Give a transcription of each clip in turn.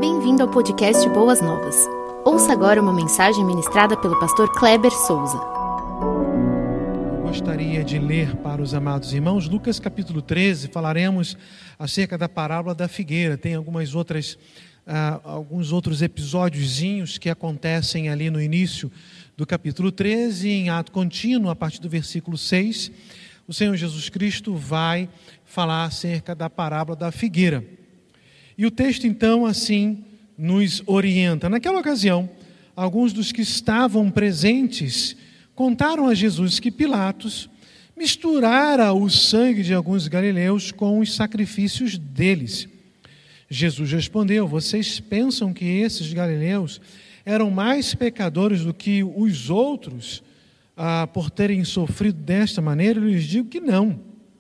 Bem-vindo ao podcast Boas Novas. Ouça agora uma mensagem ministrada pelo pastor Kleber Souza. Eu gostaria de ler para os amados irmãos Lucas capítulo 13, falaremos acerca da parábola da figueira. Tem alguns outros episódiozinhos que acontecem ali no início do capítulo 13, em ato contínuo, a partir do versículo 6, o Senhor Jesus Cristo vai falar acerca da parábola da figueira. E o texto, então, assim, nos orienta. Naquela ocasião, alguns dos que estavam presentes contaram a Jesus que Pilatos misturara o sangue de alguns galileus com os sacrifícios deles. Jesus respondeu: vocês pensam que esses galileus eram mais pecadores do que os outros por terem sofrido desta maneira? Eu lhes digo que não.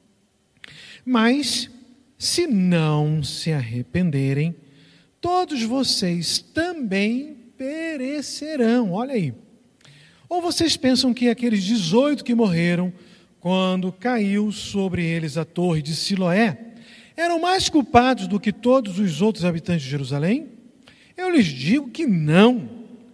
Mas, se não se arrependerem, todos vocês também perecerão. Olha aí. Ou vocês pensam que aqueles 18 que morreram quando caiu sobre eles a torre de Siloé eram mais culpados do que todos os outros habitantes de Jerusalém? Eu lhes digo que não.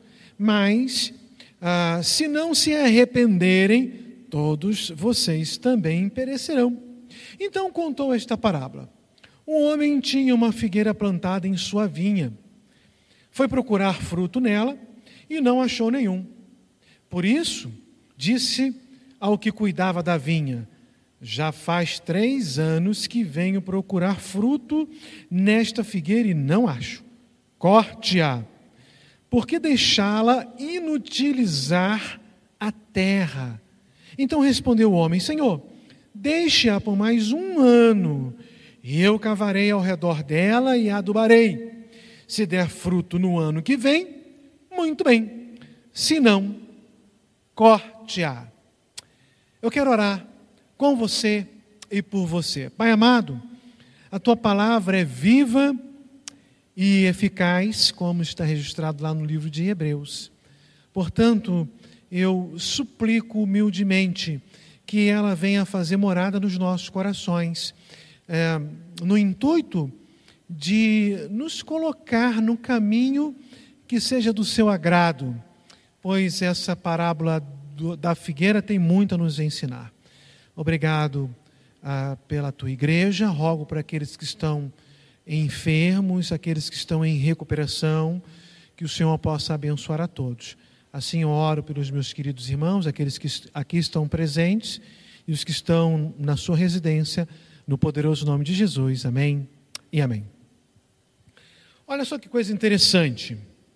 Mas, se não se arrependerem, todos vocês também perecerão. Então contou esta parábola. Um homem tinha uma figueira plantada em sua vinha. Foi procurar fruto nela e não achou nenhum. Por isso, disse ao que cuidava da vinha: já faz 3 anos que venho procurar fruto nesta figueira e não acho. Corte-a. Por que deixá-la inutilizar a terra? Então respondeu o homem: Senhor, deixe-a por mais 1 ano, e eu cavarei ao redor dela e a adubarei. Se der fruto no ano que vem, muito bem. Se não, corte-a. Eu quero orar com você e por você. Pai amado, a Tua palavra é viva e eficaz, como está registrado lá no livro de Hebreus. Portanto, eu suplico humildemente que ela venha fazer morada nos nossos corações, no intuito de nos colocar no caminho que seja do seu agrado, pois essa parábola da figueira tem muito a nos ensinar. Obrigado pela tua igreja. Rogo para aqueles que estão enfermos, aqueles que estão em recuperação, que o Senhor possa abençoar a todos. Assim eu oro pelos meus queridos irmãos, aqueles que aqui estão presentes e os que estão na sua residência, no poderoso nome de Jesus. Amém e amém. Olha só que coisa interessante.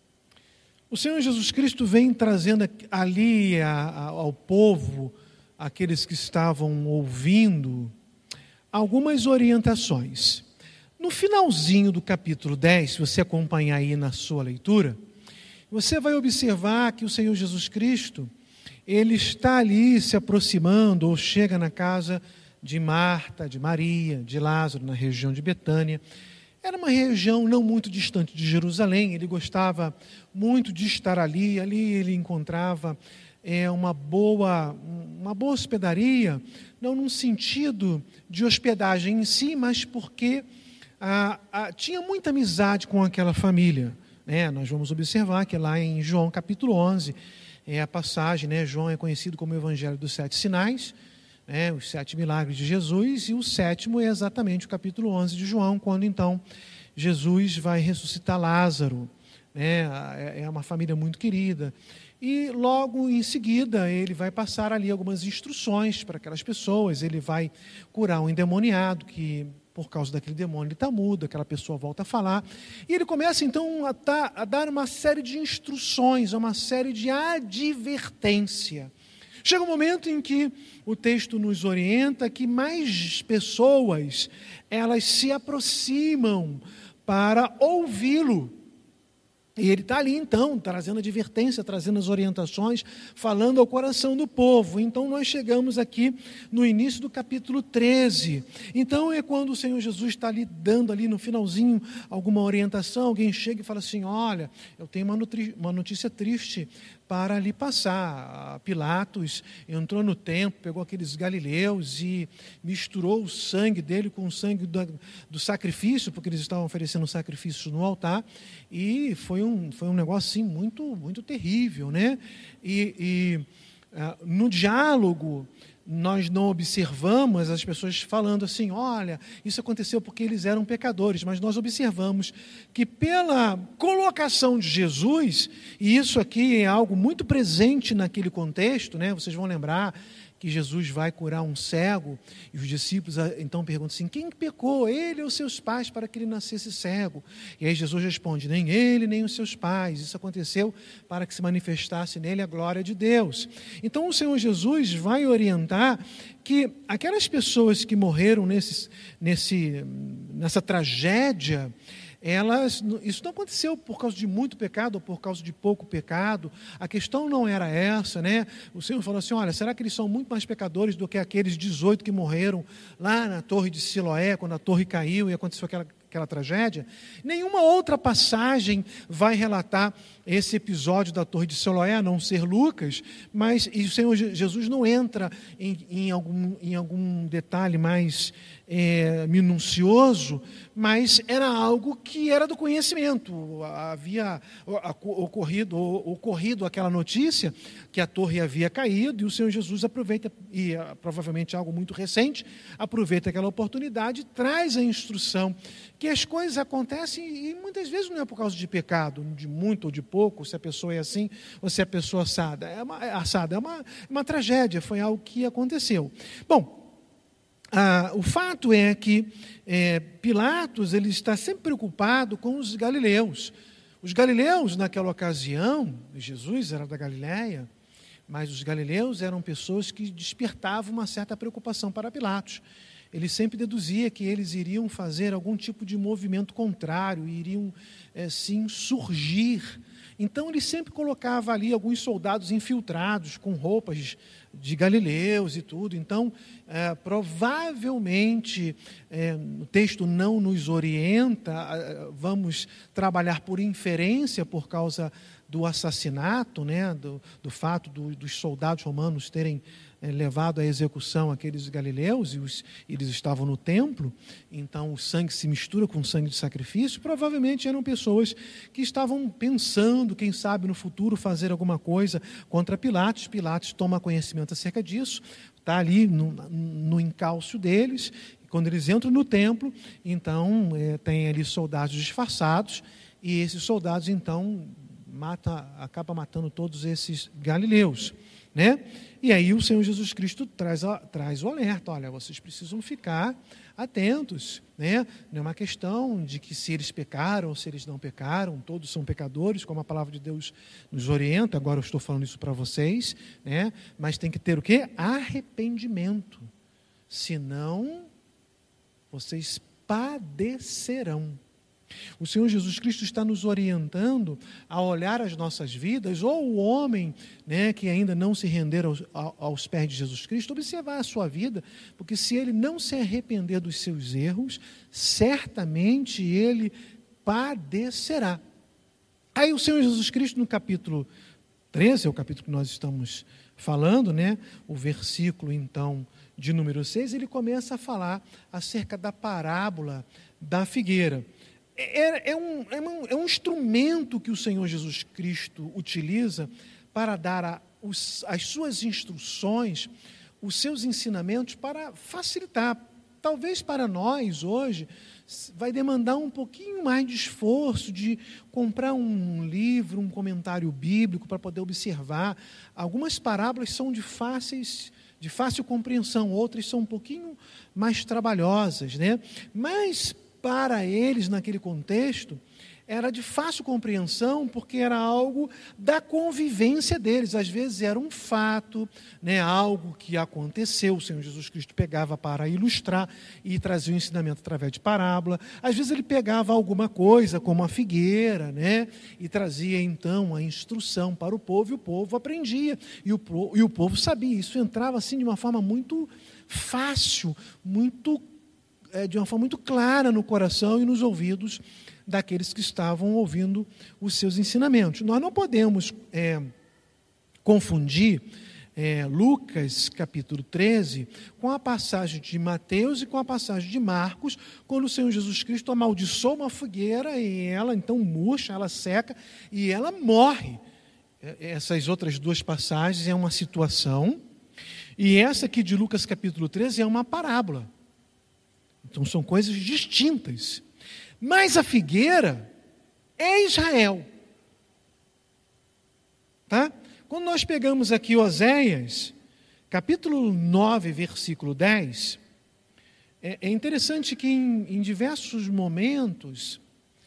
O Senhor Jesus Cristo vem trazendo ali ao povo, aqueles que estavam ouvindo, algumas orientações. No finalzinho do capítulo 10, se você acompanhar aí na sua leitura, você vai observar que o Senhor Jesus Cristo, Ele está ali se aproximando, ou chega na casa de Marta, de Maria, de Lázaro, na região de Betânia. Era uma região não muito distante de Jerusalém. Ele gostava muito de estar ali. Ali ele encontrava uma boa hospedaria, não num sentido de hospedagem em si, mas porque tinha muita amizade com aquela família. Nós vamos observar que lá em João capítulo 11, é a passagem, João é conhecido como o Evangelho dos 7 sinais, os 7 milagres de Jesus, e o 7º é exatamente o capítulo 11 de João, quando então Jesus vai ressuscitar Lázaro. É uma família muito querida. E logo em seguida ele vai passar ali algumas instruções para aquelas pessoas. Ele vai curar um endemoniado que, por causa daquele demônio, ele está mudo, aquela pessoa volta a falar. E ele começa então a dar uma série de instruções, uma série de advertência. Chega um momento em que o texto nos orienta que mais pessoas, elas se aproximam para ouvi-lo. E ele está ali, então, trazendo advertência, trazendo as orientações, falando ao coração do povo. Então, nós chegamos aqui no início do capítulo 13. Então, é quando o Senhor Jesus está ali, dando ali no finalzinho alguma orientação, alguém chega e fala assim, olha, eu tenho uma notícia triste para lhe passar. Pilatos entrou no templo, pegou aqueles galileus e misturou o sangue dele com o sangue do sacrifício, porque eles estavam oferecendo sacrifício no altar, e foi um negócio assim, muito, muito terrível, né? No diálogo, nós não observamos as pessoas falando assim, olha, isso aconteceu porque eles eram pecadores, mas nós observamos que pela colocação de Jesus, e isso aqui é algo muito presente naquele contexto, né? Vocês vão lembrar que Jesus vai curar um cego, e os discípulos então perguntam assim, quem pecou, ele ou seus pais, para que ele nascesse cego? E aí Jesus responde, nem ele, nem os seus pais, isso aconteceu para que se manifestasse nele a glória de Deus. Então o Senhor Jesus vai orientar que aquelas pessoas que morreram nessa tragédia, isso não aconteceu por causa de muito pecado ou por causa de pouco pecado. A questão não era essa, né? O Senhor falou assim, olha, será que eles são muito mais pecadores do que aqueles 18 que morreram lá na torre de Siloé, quando a torre caiu e aconteceu aquela tragédia? Nenhuma outra passagem vai relatar esse episódio da torre de Siloé, a não ser Lucas, mas e o Senhor Jesus não entra em algum detalhe mais minucioso, mas era algo que era do conhecimento. Havia ocorrido aquela notícia que a torre havia caído, e o Senhor Jesus aproveita, e provavelmente algo muito recente, aproveita aquela oportunidade, traz a instrução que as coisas acontecem e muitas vezes não é por causa de pecado, de muito ou de pouco, se a pessoa é assim ou se a pessoa é assada. É uma tragédia, foi algo que aconteceu. Bom, o fato é que Pilatos ele está sempre preocupado com os galileus. Os galileus, naquela ocasião, Jesus era da Galileia, mas os galileus eram pessoas que despertavam uma certa preocupação para Pilatos. Ele sempre deduzia que eles iriam fazer algum tipo de movimento contrário, iriam sim surgir. Então ele sempre colocava ali alguns soldados infiltrados com roupas de galileus e tudo. Então, provavelmente, o texto não nos orienta, vamos trabalhar por inferência por causa do assassinato, né, do fato dos soldados romanos terem levado à execução aqueles galileus, e eles estavam no templo, então o sangue se mistura com o sangue de sacrifício. Provavelmente eram pessoas que estavam pensando, quem sabe no futuro, fazer alguma coisa contra Pilatos. Pilatos toma conhecimento acerca disso, está ali no encalço deles, quando eles entram no templo, então tem ali soldados disfarçados, e esses soldados então acaba matando todos esses galileus, né? E aí o Senhor Jesus Cristo traz o alerta, olha, vocês precisam ficar atentos, né? Não é uma questão de que se eles pecaram ou se eles não pecaram, todos são pecadores, como a palavra de Deus nos orienta. Agora eu estou falando isso para vocês, né? Mas tem que ter o quê? Arrependimento, senão vocês padecerão. O Senhor Jesus Cristo está nos orientando a olhar as nossas vidas, ou o homem, né, que ainda não se render aos pés de Jesus Cristo, observar a sua vida, porque se ele não se arrepender dos seus erros, certamente ele padecerá. Aí o Senhor Jesus Cristo, no capítulo 13, é o capítulo que nós estamos falando, né, o versículo então de número 6, ele começa a falar acerca da parábola da figueira. É um instrumento que o Senhor Jesus Cristo utiliza para dar as suas instruções, os seus ensinamentos, para facilitar. Talvez para nós hoje vai demandar um pouquinho mais de esforço, de comprar um livro, um comentário bíblico para poder observar. Algumas parábolas são de fácil compreensão, outras são um pouquinho mais trabalhosas, né? Mas para eles, naquele contexto, era de fácil compreensão, porque era algo da convivência deles. Às vezes era um fato, né, algo que aconteceu. O Senhor Jesus Cristo pegava para ilustrar e trazia o ensinamento através de parábola. Às vezes ele pegava alguma coisa, como a figueira, né, e trazia então a instrução para o povo, e o povo aprendia. E o povo sabia. Isso entrava assim de uma forma muito fácil, de uma forma muito clara no coração e nos ouvidos daqueles que estavam ouvindo os seus ensinamentos. Nós não podemos confundir Lucas capítulo 13 com a passagem de Mateus e com a passagem de Marcos, quando o Senhor Jesus Cristo amaldiçoa uma figueira e ela então murcha, ela seca e ela morre. Essas outras duas passagens é uma situação, e essa aqui de Lucas capítulo 13 é uma parábola. Então são coisas distintas. Mas a figueira é Israel. Tá? Quando nós pegamos aqui Oséias, capítulo 9, versículo 10, é interessante que em diversos momentos,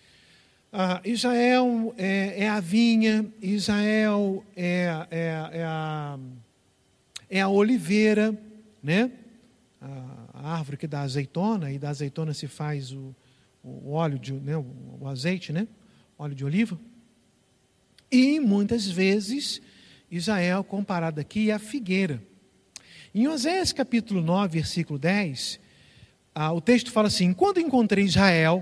Israel é a vinha, Israel é a oliveira, né? A árvore que dá azeitona, e da azeitona se faz o óleo, o azeite, né? Óleo de oliva. E muitas vezes Israel comparado aqui à figueira. Em Oséias capítulo 9, versículo 10, o texto fala assim: quando encontrei Israel,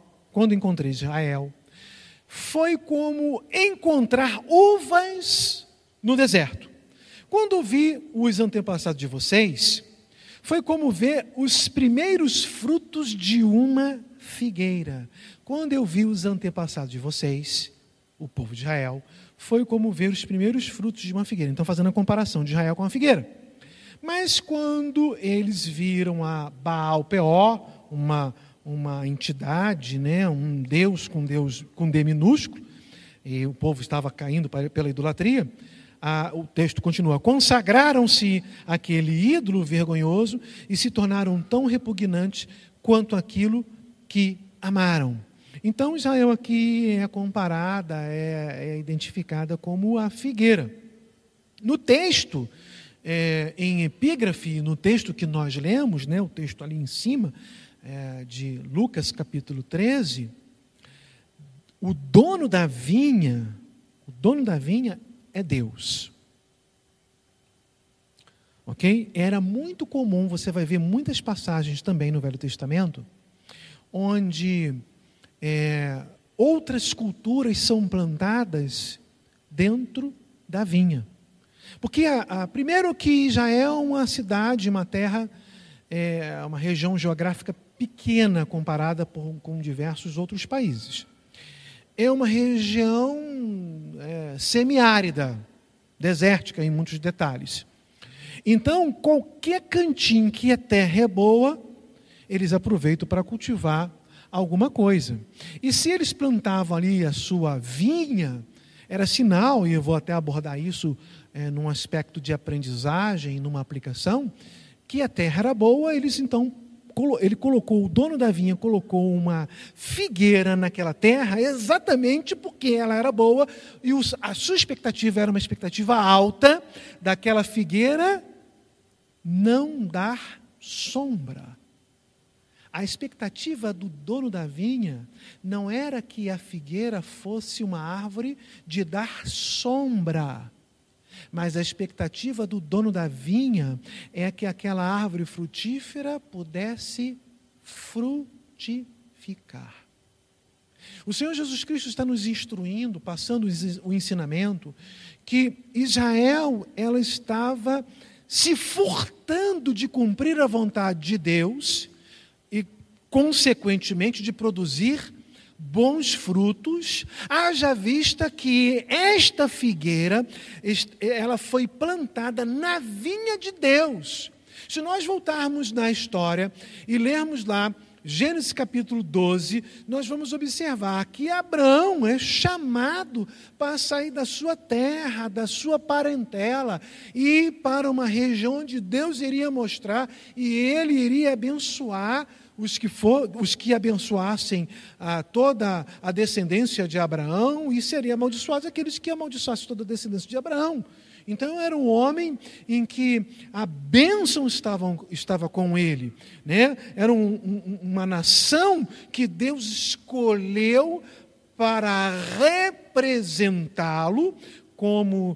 foi como encontrar uvas no deserto. Quando vi os antepassados de vocês, foi como ver os primeiros frutos de uma figueira. Quando eu vi os antepassados de vocês, o povo de Israel, foi como ver os primeiros frutos de uma figueira. Então, fazendo a comparação de Israel com a figueira. Mas quando eles viram a Baal Peor, uma entidade, né, um Deus com D minúsculo, e o povo estava caindo pela idolatria, o texto continua: consagraram-se àquele ídolo vergonhoso e se tornaram tão repugnantes quanto aquilo que amaram. Então Israel aqui é comparada, é identificada como a figueira. No texto, em epígrafe, no texto que nós lemos, né, o texto ali em cima, de Lucas capítulo 13, o dono da vinha é Deus. Ok? Era muito comum, você vai ver muitas passagens também no Velho Testamento, onde outras culturas são plantadas dentro da vinha. Porque, primeiro que já é uma cidade, uma terra, uma região geográfica pequena comparada com diversos outros países. É uma região semiárida, desértica em muitos detalhes. Então, qualquer cantinho que a terra é boa, eles aproveitam para cultivar alguma coisa. E se eles plantavam ali a sua vinha, era sinal, e eu vou até abordar isso num aspecto de aprendizagem, numa aplicação, que a terra era boa. Eles então, o dono da vinha colocou uma figueira naquela terra, exatamente porque ela era boa, e a sua expectativa era uma expectativa alta daquela figueira não dar sombra. A expectativa do dono da vinha não era que a figueira fosse uma árvore de dar sombra, mas a expectativa do dono da vinha é que aquela árvore frutífera pudesse frutificar. O Senhor Jesus Cristo está nos instruindo, passando o ensinamento, que Israel, ela estava se furtando de cumprir a vontade de Deus e, consequentemente, de produzir bons frutos, haja vista que esta figueira, ela foi plantada na vinha de Deus. Se nós voltarmos na história e lermos lá Gênesis capítulo 12, nós vamos observar que Abraão é chamado para sair da sua terra, da sua parentela, e ir para uma região onde Deus iria mostrar, e ele iria abençoar os que abençoassem toda a descendência de Abraão, e seriam amaldiçoados aqueles que amaldiçoassem toda a descendência de Abraão. Então era um homem em que a bênção estava com ele, né? Era uma nação que Deus escolheu para representá-lo, como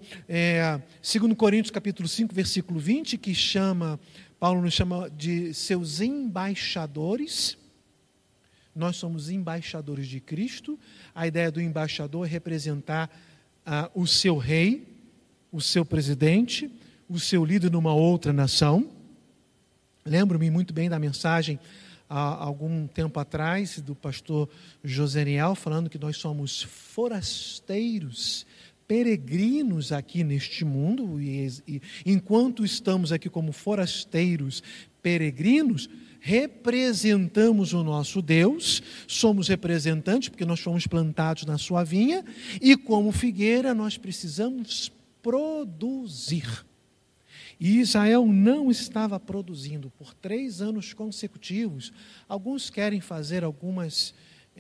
2 Coríntios capítulo 5, versículo 20, que Paulo nos chama de seus embaixadores. Nós somos embaixadores de Cristo. A ideia do embaixador é representar o seu rei, o seu presidente, o seu líder numa outra nação. Lembro-me muito bem da mensagem há algum tempo atrás do pastor Joseniel falando que nós somos forasteiros, peregrinos aqui neste mundo, e enquanto estamos aqui como forasteiros, peregrinos, representamos o nosso Deus, somos representantes porque nós fomos plantados na sua vinha, e como figueira nós precisamos produzir. E Israel não estava produzindo por 3 anos consecutivos. Alguns querem fazer algumas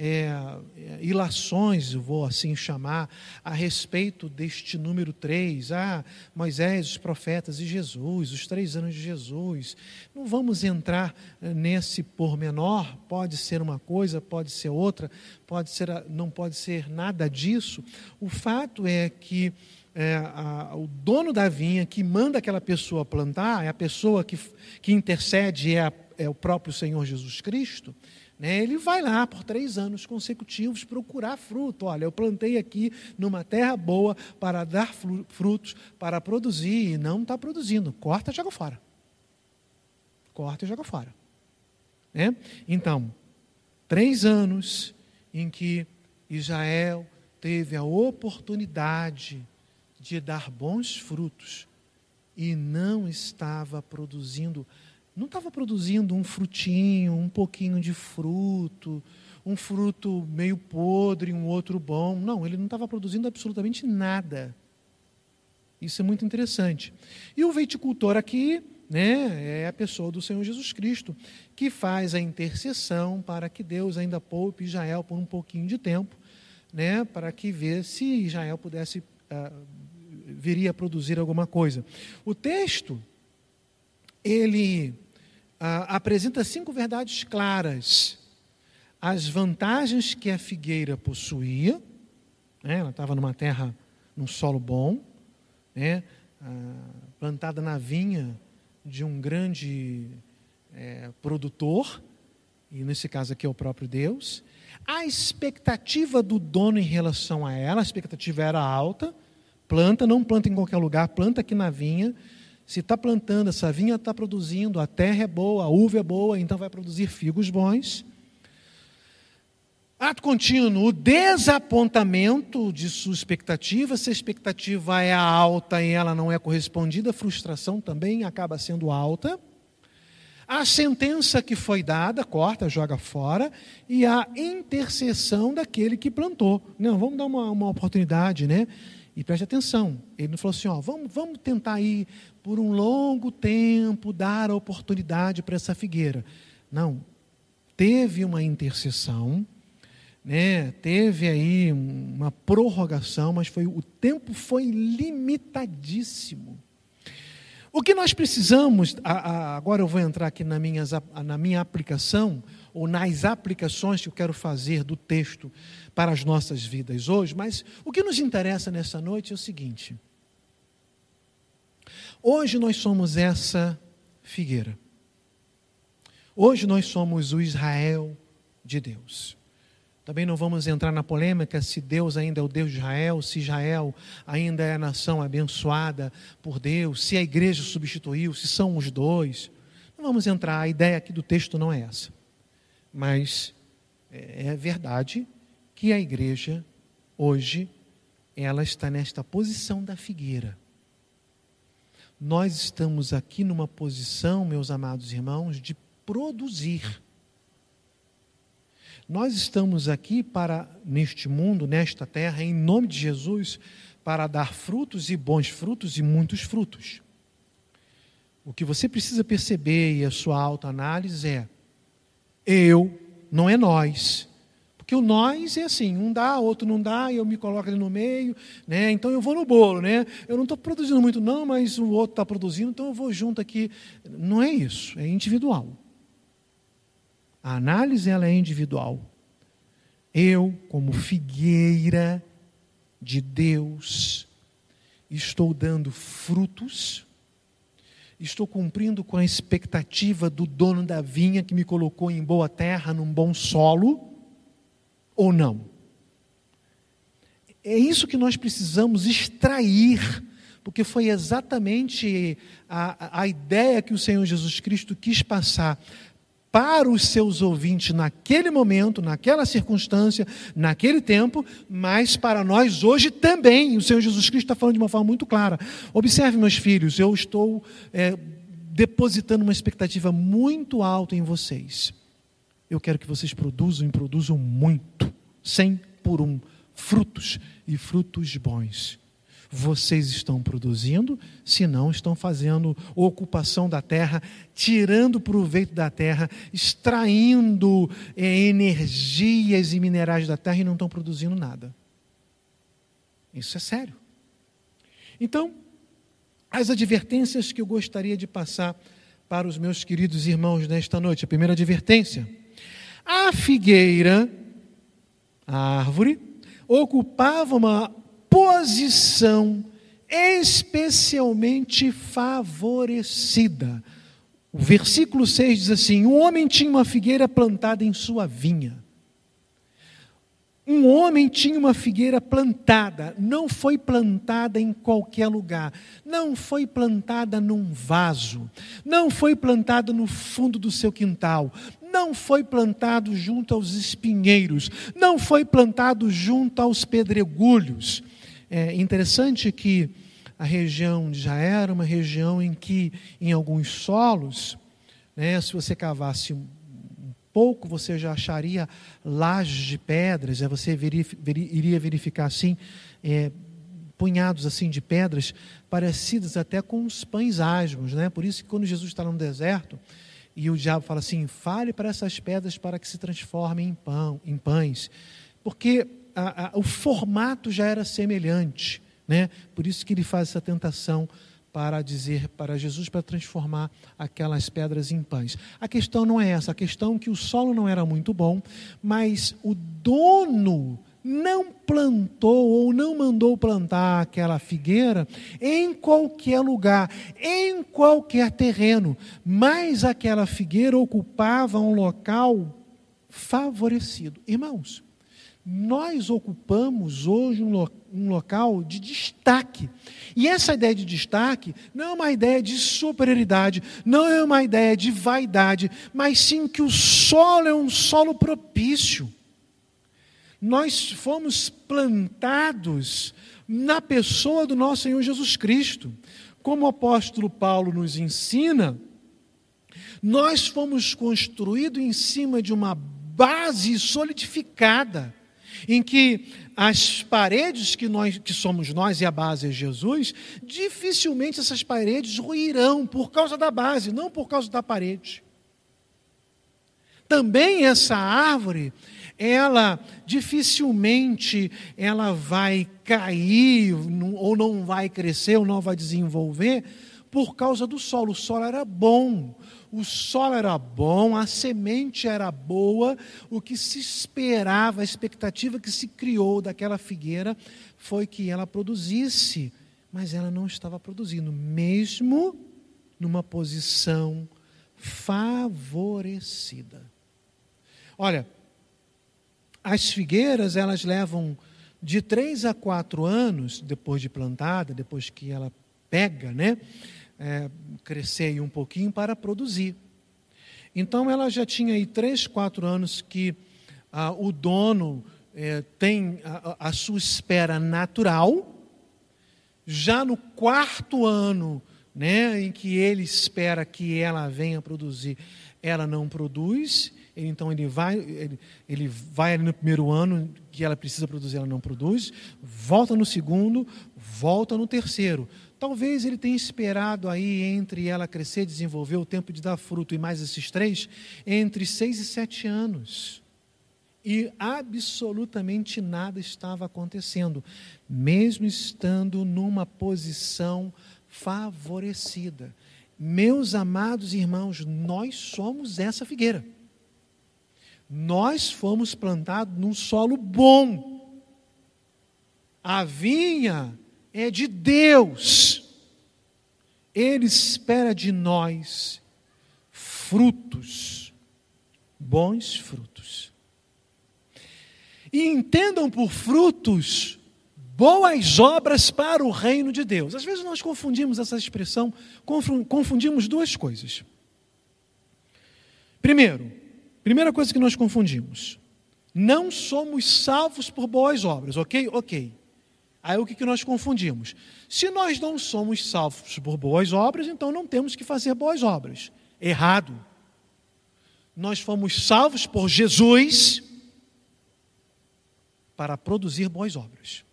ilações, eu vou assim chamar, a respeito deste número 3, Moisés, os profetas e Jesus, os 3 anos de Jesus. Não vamos entrar nesse pormenor, pode ser uma coisa, pode ser outra, não pode ser nada disso. O fato é que o dono da vinha que manda aquela pessoa plantar, é a pessoa que intercede, é o próprio Senhor Jesus Cristo, né? Ele vai lá por 3 anos consecutivos procurar fruto. Olha, eu plantei aqui numa terra boa para dar frutos, para produzir, e não está produzindo. Corta e joga fora. Corta e joga fora. Né? Então, 3 anos em que Israel teve a oportunidade de dar bons frutos e não estava produzindo um frutinho, um pouquinho de fruto, um fruto meio podre, um outro bom. Não, ele não estava produzindo absolutamente nada. Isso é muito interessante. E o viticultor aqui, né, é a pessoa do Senhor Jesus Cristo, que faz a intercessão para que Deus ainda poupe Israel por um pouquinho de tempo, né, para que vê se Israel viria a produzir alguma coisa. O texto, ele apresenta 5 verdades claras. As vantagens que a figueira possuía, né, ela estava numa terra, num solo bom, né, plantada na vinha de um grande produtor, e nesse caso aqui é o próprio Deus. A expectativa do dono em relação a ela, a expectativa era alta. Não planta em qualquer lugar, planta aqui na vinha. Se está plantando, essa vinha está produzindo, a terra é boa, a uva é boa, então vai produzir figos bons. Ato contínuo, o desapontamento de sua expectativa. Se a expectativa é alta e ela não é correspondida, a frustração também acaba sendo alta. A sentença que foi dada, corta, joga fora, e a intercessão daquele que plantou. Não, vamos dar uma oportunidade, né? E preste atenção, ele não falou assim, vamos tentar aí por um longo tempo dar a oportunidade para essa figueira. Não, teve uma intercessão, né? Teve aí uma prorrogação, mas o tempo foi limitadíssimo. O que nós precisamos, agora eu vou entrar aqui na minha aplicação, ou nas aplicações que eu quero fazer do texto para as nossas vidas hoje, mas o que nos interessa nessa noite é o seguinte: hoje nós somos essa figueira, hoje nós somos o Israel de Deus. Também não vamos entrar na polêmica se Deus ainda é o Deus de Israel, se Israel ainda é a nação abençoada por Deus, se a igreja substituiu, se são os dois. Não vamos entrar, a ideia aqui do texto não é essa. Mas é verdade que a igreja, hoje, ela está nesta posição da figueira. Nós estamos aqui numa posição, meus amados irmãos, de produzir. Nós estamos aqui neste mundo, nesta terra, em nome de Jesus, para dar frutos e bons frutos e muitos frutos. O que você precisa perceber e a sua autoanálise é: Eu, não é nós. Porque o nós é assim, um dá, outro não dá, e eu me coloco ali no meio, né? Então eu vou no bolo, né? Eu não estou produzindo muito não, mas o outro está produzindo, então eu vou junto aqui. Não é isso, é individual. A análise ela é individual. Eu, como figueira de Deus, estou dando frutos, estou cumprindo com a expectativa do dono da vinha que me colocou em boa terra, num bom solo, ou não? É isso que nós precisamos extrair, porque foi exatamente a ideia que o Senhor Jesus Cristo quis passar para os seus ouvintes naquele momento, naquela circunstância, naquele tempo, mas para nós hoje também. O Senhor Jesus Cristo está falando de uma forma muito clara. Observe, meus filhos, eu estou depositando uma expectativa muito alta em vocês. Eu quero que vocês produzam e produzam muito, 100 por 1, frutos e frutos bons. Vocês estão produzindo, se não estão fazendo ocupação da terra, tirando proveito da terra, extraindo energias e minerais da terra e não estão produzindo nada. Isso é sério. Então, as advertências que eu gostaria de passar para os meus queridos irmãos nesta noite. A primeira advertência: a figueira, a árvore, ocupava uma posição especialmente favorecida. O versículo 6 diz assim: um homem tinha uma figueira plantada em sua vinha. Um homem tinha uma figueira plantada, não foi plantada em qualquer lugar, não foi plantada num vaso, não foi plantada no fundo do seu quintal, não foi plantado junto aos espinheiros, não foi plantado junto aos pedregulhos. É interessante que a região de Israel era uma região em que, em alguns solos, né, se você cavasse pouco, você já acharia lajes de pedras, você iria verificar assim, punhados assim de pedras, parecidas até com os pães asmos, né? Por isso que quando Jesus está no deserto, e o diabo fala assim: fale para essas pedras para que se transformem em pães, porque o formato já era semelhante, né? Por isso que ele faz essa tentação para dizer para Jesus para transformar aquelas pedras em pães. A questão não é essa, a questão é que o solo não era muito bom, mas o dono não plantou ou não mandou plantar aquela figueira em qualquer lugar, em qualquer terreno, mas aquela figueira ocupava um local favorecido. Irmãos, nós ocupamos hoje um local de destaque. E essa ideia de destaque não é uma ideia de superioridade, não é uma ideia de vaidade, mas sim que o solo é um solo propício. Nós fomos plantados na pessoa do nosso Senhor Jesus Cristo. Como o apóstolo Paulo nos ensina, nós fomos construídos em cima de uma base solidificada, em que as paredes que somos nós e a base é Jesus, dificilmente essas paredes ruirão por causa da base, não por causa da parede. Também essa árvore, ela dificilmente ela vai cair, ou não vai crescer, ou não vai desenvolver, por causa do solo. O solo era bom. O solo era bom, a semente era boa, o que se esperava, a expectativa que se criou daquela figueira foi que ela produzisse, mas ela não estava produzindo, mesmo numa posição favorecida. Olha, as figueiras, elas levam de 3 a 4 anos, depois de plantada, depois que ela pega, né? Crescer aí um pouquinho para produzir. Então ela já tinha aí 3, 4 anos que o dono tem a sua espera natural. Já no 4º ano, né, em que ele espera que ela venha produzir, ela não produz. Então ele vai ali no 1º ano que ela precisa produzir, ela não produz, volta no 2º, volta no 3º. Talvez ele tenha esperado aí entre ela crescer, desenvolver, o tempo de dar fruto e mais esses 3, entre 6 e 7 anos. E absolutamente nada estava acontecendo, mesmo estando numa posição favorecida. Meus amados irmãos, nós somos essa figueira. Nós fomos plantados num solo bom. A vinha é de Deus. Ele espera de nós frutos, bons frutos. E entendam por frutos boas obras para o reino de Deus. Às vezes nós confundimos essa expressão, confundimos duas coisas. Primeira coisa que nós confundimos, não somos salvos por boas obras, ok? Ok. Aí o que nós confundimos? Se nós não somos salvos por boas obras, então não temos que fazer boas obras. Errado. Nós fomos salvos por Jesus para produzir boas obras.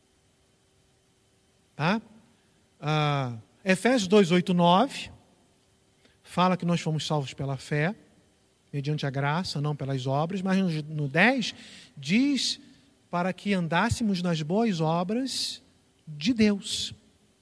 Tá? Efésios 2, 8, 9 fala que nós fomos salvos pela fé, mediante a graça, não pelas obras, mas no 10 diz para que andássemos nas boas obras de Deus.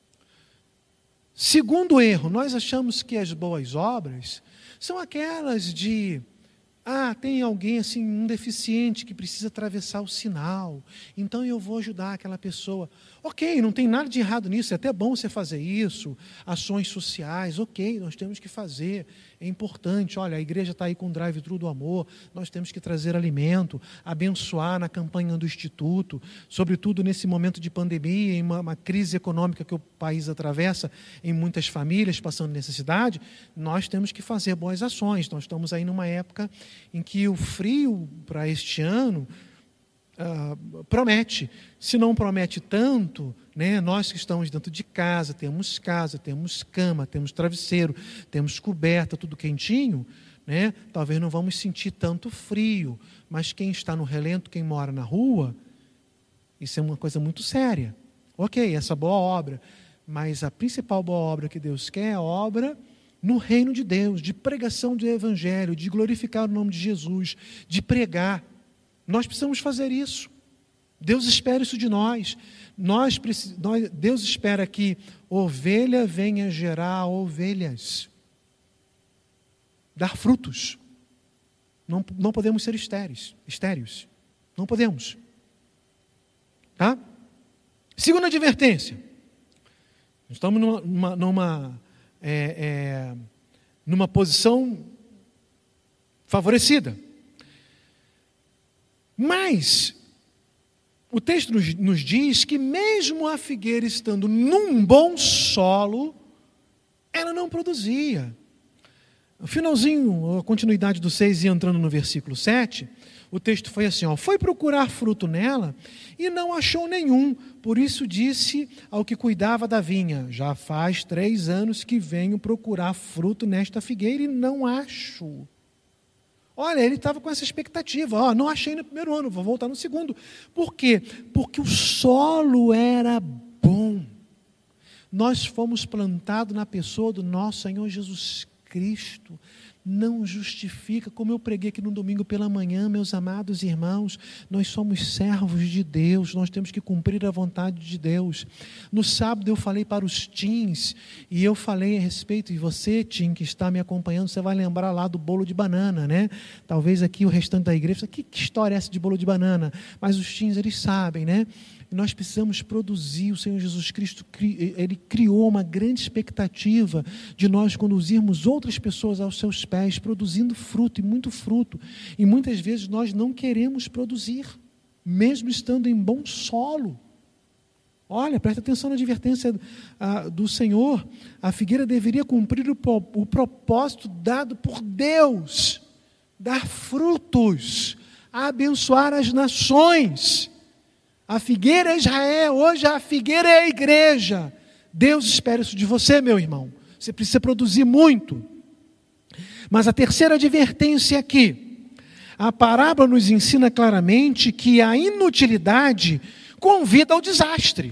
Segundo erro, nós achamos que as boas obras são aquelas de, tem alguém assim, um deficiente que precisa atravessar o sinal, então eu vou ajudar aquela pessoa. Ok, não tem nada de errado nisso, é até bom você fazer isso, ações sociais, ok, nós temos que fazer, é importante. Olha, a igreja está aí com o drive-thru do amor, nós temos que trazer alimento, abençoar na campanha do Instituto, sobretudo nesse momento de pandemia, em uma crise econômica que o país atravessa, em muitas famílias passando necessidade, nós temos que fazer boas ações. Nós estamos aí numa época em que o frio para este ano promete. Se não promete tanto, né, nós que estamos dentro de casa, temos cama, temos travesseiro, temos coberta, tudo quentinho, né, talvez não vamos sentir tanto frio, mas quem está no relento, quem mora na rua, isso é uma coisa muito séria. Ok, essa boa obra, mas a principal boa obra que Deus quer é a obra no reino de Deus, de pregação do Evangelho, de glorificar o nome de Jesus, de pregar. Nós precisamos fazer isso. Deus espera isso de nós. Deus espera que ovelha venha gerar ovelhas. Dar frutos. Não podemos ser estéreis. Não podemos. Tá? Segunda advertência. Estamos numa posição favorecida. Mas o texto nos diz que mesmo a figueira estando num bom solo, ela não produzia. No finalzinho, a continuidade do 6 e entrando no versículo 7, o texto foi assim, foi procurar fruto nela e não achou nenhum. Por isso disse ao que cuidava da vinha, já faz 3 anos que venho procurar fruto nesta figueira e não acho. Olha, ele estava com essa expectativa, não achei no primeiro ano, vou voltar no segundo. Por quê? Porque o solo era bom. Nós fomos plantados na pessoa do nosso Senhor Jesus Cristo. Não justifica, como eu preguei aqui no domingo pela manhã, meus amados irmãos, nós somos servos de Deus, nós temos que cumprir a vontade de Deus. No sábado eu falei para os teens, e eu falei a respeito, e você, teen, que está me acompanhando, você vai lembrar lá do bolo de banana, né? Talvez aqui o restante da igreja, que história é essa de bolo de banana? Mas os teens, eles sabem, né? E nós precisamos produzir. O Senhor Jesus Cristo, Ele criou uma grande expectativa de nós conduzirmos outras pessoas aos seus pés, produzindo fruto, e muito fruto. E muitas vezes nós não queremos produzir, mesmo estando em bom solo. Olha, presta atenção na advertência do Senhor. A figueira deveria cumprir o propósito dado por Deus, dar frutos, abençoar as nações. A figueira é Israel, hoje a figueira é a igreja. Deus espera isso de você, meu irmão. Você precisa produzir muito. Mas a terceira advertência aqui, a parábola nos ensina claramente que a inutilidade convida ao desastre.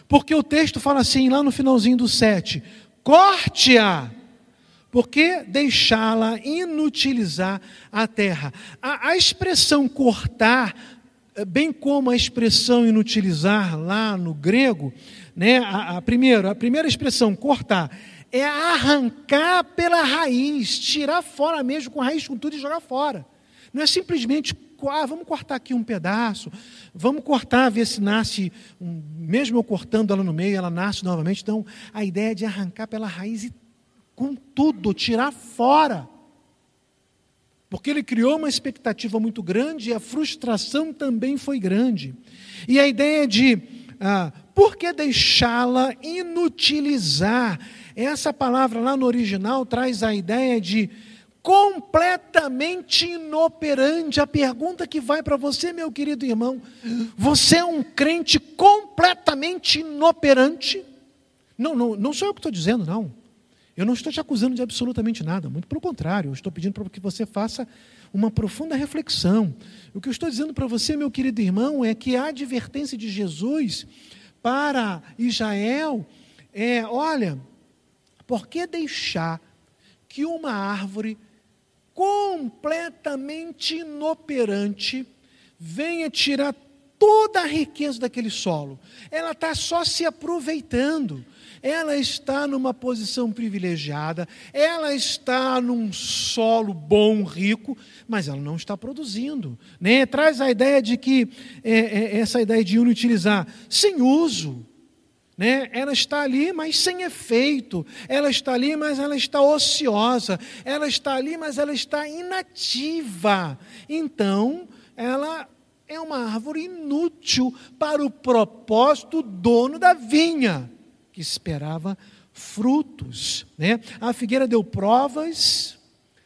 Porque o texto fala assim, lá no finalzinho do 7, corte-a, porque deixá-la inutilizar a terra. A expressão cortar, bem como a expressão inutilizar lá no grego, né, a primeira expressão, cortar, é arrancar pela raiz, tirar fora mesmo, com a raiz, com tudo e jogar fora. Não é simplesmente, vamos cortar aqui um pedaço, vamos cortar, ver se nasce, mesmo eu cortando ela no meio, ela nasce novamente. Então, a ideia é de arrancar pela raiz e com tudo, tirar fora. Porque ele criou uma expectativa muito grande e a frustração também foi grande. E a ideia de, por que deixá-la inutilizar? Essa palavra lá no original traz a ideia de completamente inoperante. A pergunta que vai para você, meu querido irmão, você é um crente completamente inoperante? Não sou eu que estou dizendo, não. Eu não estou te acusando de absolutamente nada, muito pelo contrário, eu estou pedindo para que você faça uma profunda reflexão. O que eu estou dizendo para você, meu querido irmão, é que a advertência de Jesus para Israel é, olha, por que deixar que uma árvore completamente inoperante venha tirar toda a riqueza daquele solo? Ela está só se aproveitando. Ela está numa posição privilegiada, ela está num solo bom, rico, mas ela não está produzindo. Né? Traz a ideia de que, essa ideia de inutilizar, sem uso. Né? Ela está ali, mas sem efeito. Ela está ali, mas ela está ociosa. Ela está ali, mas ela está inativa. Então, ela é uma árvore inútil para o propósito do dono da vinha, que esperava frutos. Né? A figueira deu provas,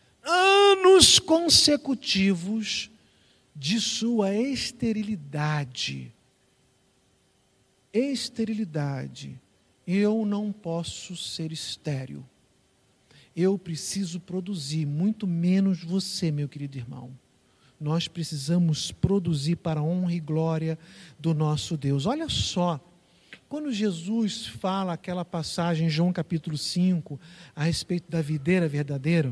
anos consecutivos, de sua esterilidade. Esterilidade. Eu não posso ser estéril. Eu preciso produzir, muito menos você, meu querido irmão. Nós precisamos produzir para a honra e glória do nosso Deus. Olha só, quando Jesus fala aquela passagem em João capítulo 5, a respeito da videira verdadeira,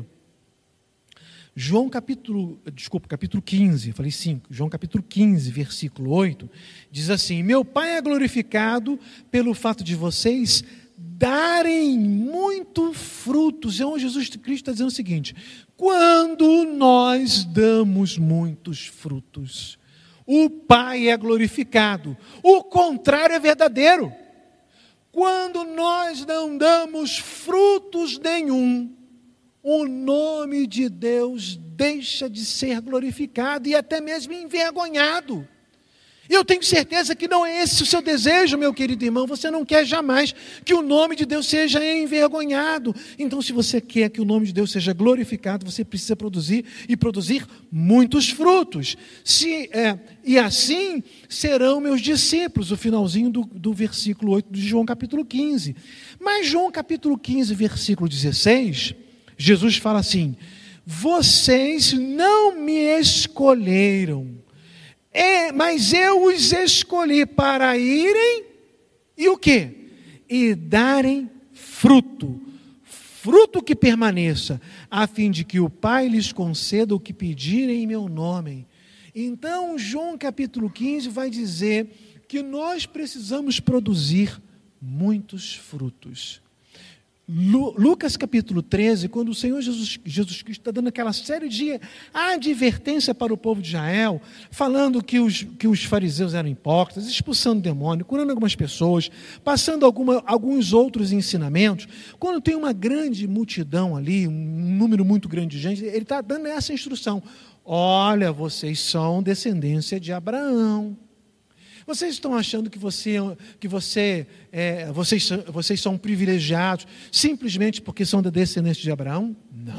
capítulo 15, falei 5, João capítulo 15, versículo 8, diz assim: meu Pai é glorificado pelo fato de vocês darem muito frutos. Então Jesus Cristo está dizendo o seguinte: quando nós damos muitos frutos, o Pai é glorificado. O contrário é verdadeiro. Quando nós não damos frutos nenhum, o nome de Deus deixa de ser glorificado e até mesmo envergonhado. E eu tenho certeza que não é esse o seu desejo, meu querido irmão. Você não quer jamais que o nome de Deus seja envergonhado. Então, se você quer que o nome de Deus seja glorificado, você precisa produzir e produzir muitos frutos. E assim serão meus discípulos, o finalzinho do versículo 8 de João capítulo 15. Mas João capítulo 15, versículo 16, Jesus fala assim: vocês não me escolheram, mas eu os escolhi para irem e o quê? E darem fruto. Fruto que permaneça, a fim de que o Pai lhes conceda o que pedirem em meu nome. Então, João capítulo 15 vai dizer que nós precisamos produzir muitos frutos. Lucas capítulo 13, quando o Senhor Jesus Cristo está dando aquela série de advertência para o povo de Israel, falando que os fariseus eram hipócritas, expulsando demônio, curando algumas pessoas, passando alguns outros ensinamentos, quando tem uma grande multidão ali, um número muito grande de gente, ele está dando essa instrução: olha, vocês são descendência de Abraão. Vocês estão achando que vocês são privilegiados simplesmente porque são da descendência de Abraão?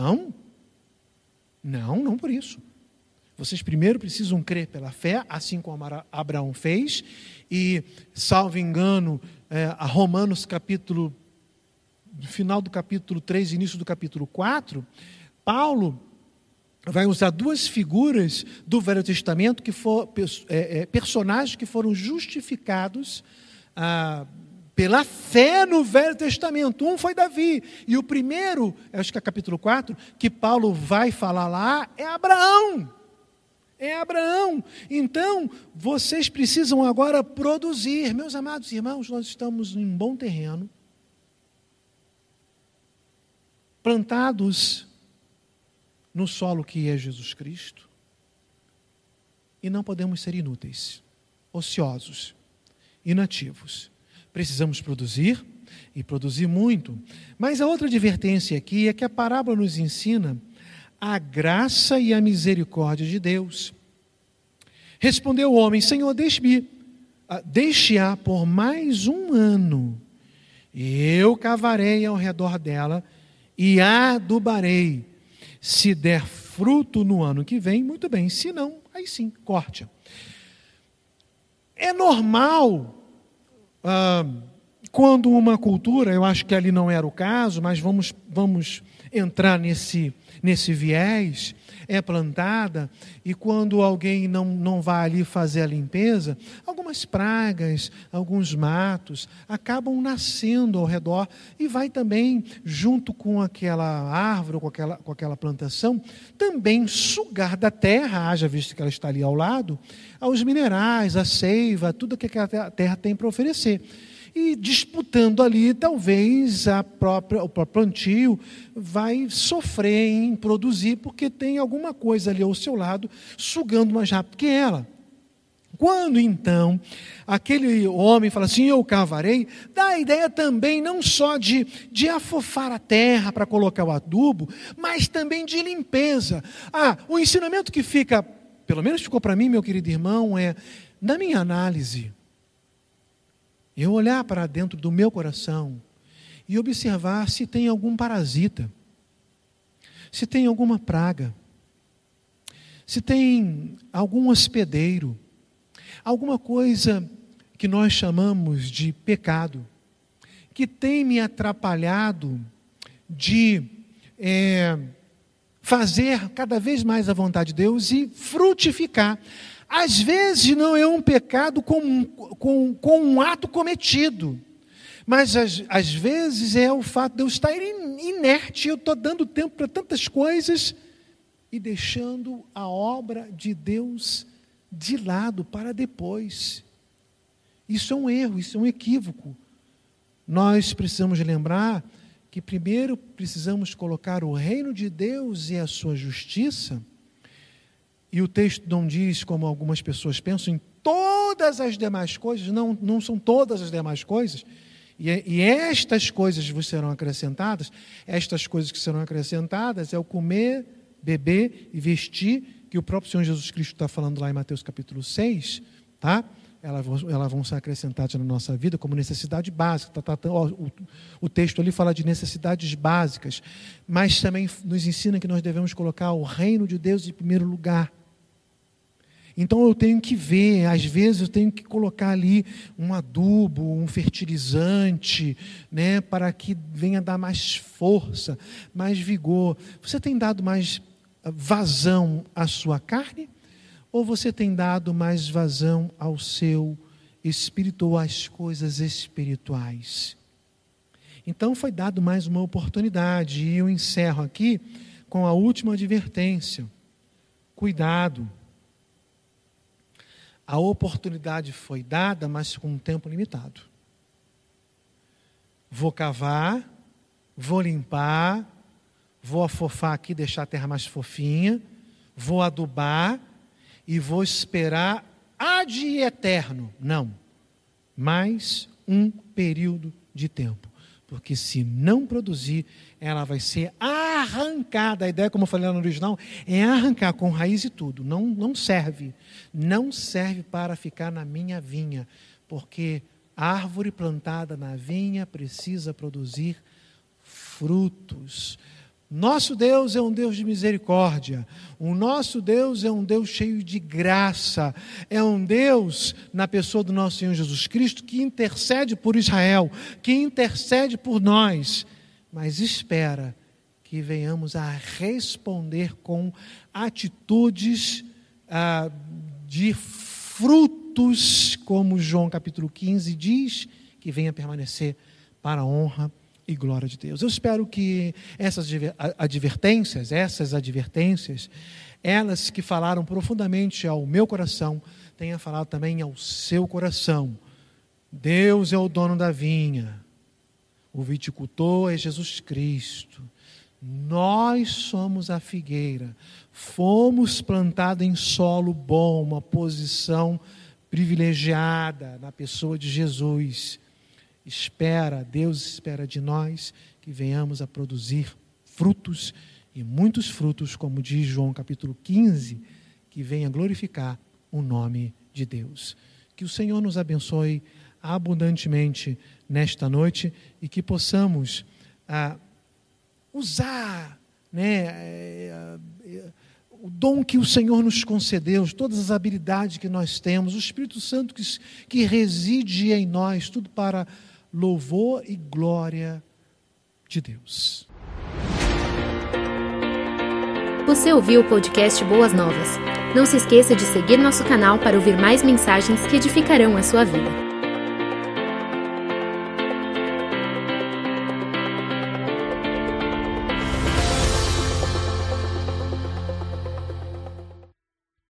Não por isso. Vocês primeiro precisam crer pela fé, assim como Abraão fez, e, salvo engano, a Romanos capítulo, final do capítulo 3, início do capítulo 4, Paulo vai usar duas figuras do Velho Testamento, personagens que foram justificados pela fé no Velho Testamento. Um foi Davi, e o primeiro, acho que é capítulo 4, que Paulo vai falar lá, é Abraão. É Abraão. Então, vocês precisam agora produzir. Meus amados irmãos, nós estamos em um bom terreno, plantados no solo que é Jesus Cristo, e não podemos ser inúteis, ociosos, inativos. Precisamos produzir, e produzir muito. Mas a outra advertência aqui é que a parábola nos ensina a graça e a misericórdia de Deus. Respondeu o homem: Senhor, deixe-a por mais um ano, eu cavarei ao redor dela e a adubarei. Se der fruto no ano que vem, muito bem, se não, aí sim, corte-a. É normal, quando uma cultura, eu acho que ali não era o caso, mas vamos entrar nesse viés, é plantada, e quando alguém não vai ali fazer a limpeza, algumas pragas, alguns matos, acabam nascendo ao redor, e vai também, junto com aquela árvore, com aquela plantação, também sugar da terra, haja visto que ela está ali ao lado, aos minerais, a seiva, tudo que a terra tem para oferecer. E disputando ali, talvez o próprio plantio vai sofrer em produzir, porque tem alguma coisa ali ao seu lado, sugando mais rápido que ela. Quando então aquele homem fala assim, eu cavarei, dá a ideia também não só de afofar a terra para colocar o adubo, mas também de limpeza. O ensinamento que fica, pelo menos ficou para mim, meu querido irmão, na minha análise, eu olhar para dentro do meu coração e observar se tem algum parasita, se tem alguma praga, se tem algum hospedeiro, alguma coisa que nós chamamos de pecado, que tem me atrapalhado de fazer cada vez mais a vontade de Deus e frutificar. Às vezes não é um pecado com um ato cometido, mas às vezes é o fato de eu estar inerte, eu estou dando tempo para tantas coisas e deixando a obra de Deus de lado para depois. Isso é um erro, isso é um equívoco. Nós precisamos lembrar que primeiro precisamos colocar o reino de Deus e a sua justiça. E o texto não diz, como algumas pessoas pensam, em todas as demais coisas. Não são todas as demais coisas. E estas coisas vos serão acrescentadas. Estas coisas que serão acrescentadas é o comer, beber e vestir, que o próprio Senhor Jesus Cristo está falando lá em Mateus capítulo 6, tá? Elas vão ser acrescentadas na nossa vida como necessidade básica. O texto ali fala de necessidades básicas, mas também nos ensina que nós devemos colocar o reino de Deus em primeiro lugar. Então eu tenho que ver, às vezes eu tenho que colocar ali um adubo, um fertilizante, né, para que venha dar mais força, mais vigor. Você tem dado mais vazão à sua carne? Ou você tem dado mais vazão ao seu espírito ou às coisas espirituais? Então foi dado mais uma oportunidade, e eu encerro aqui com a última advertência. Cuidado. A oportunidade foi dada, mas com um tempo limitado. Vou cavar, vou limpar, vou afofar aqui, deixar a terra mais fofinha, vou adubar e vou esperar ad eterno. Não, mais um período de tempo. Porque se não produzir, ela vai ser arrancada. A ideia, como eu falei lá no original, é arrancar com raiz e tudo. Não serve. Não serve para ficar na minha vinha. Porque a árvore plantada na vinha precisa produzir frutos. Nosso Deus é um Deus de misericórdia. O nosso Deus é um Deus cheio de graça. É um Deus, na pessoa do nosso Senhor Jesus Cristo, que intercede por Israel, que intercede por nós, mas espera que venhamos a responder com atitudes de frutos, como João capítulo 15 diz, que venha permanecer para a honra e glória de Deus. Eu espero que essas advertências, elas que falaram profundamente ao meu coração, tenham falado também ao seu coração. Deus é o dono da vinha, o viticultor é Jesus Cristo. Nós somos a figueira, fomos plantados em solo bom, uma posição privilegiada na pessoa de Jesus. Deus espera de nós que venhamos a produzir frutos, e muitos frutos, como diz João capítulo 15, que venha glorificar o nome de Deus. Que o Senhor nos abençoe abundantemente nesta noite e que possamos usar, o dom que o Senhor nos concedeu, todas as habilidades que nós temos, o Espírito Santo que reside em nós, tudo para louvor e glória de Deus. Você ouviu o podcast Boas Novas? Não se esqueça de seguir nosso canal para ouvir mais mensagens que edificarão a sua vida.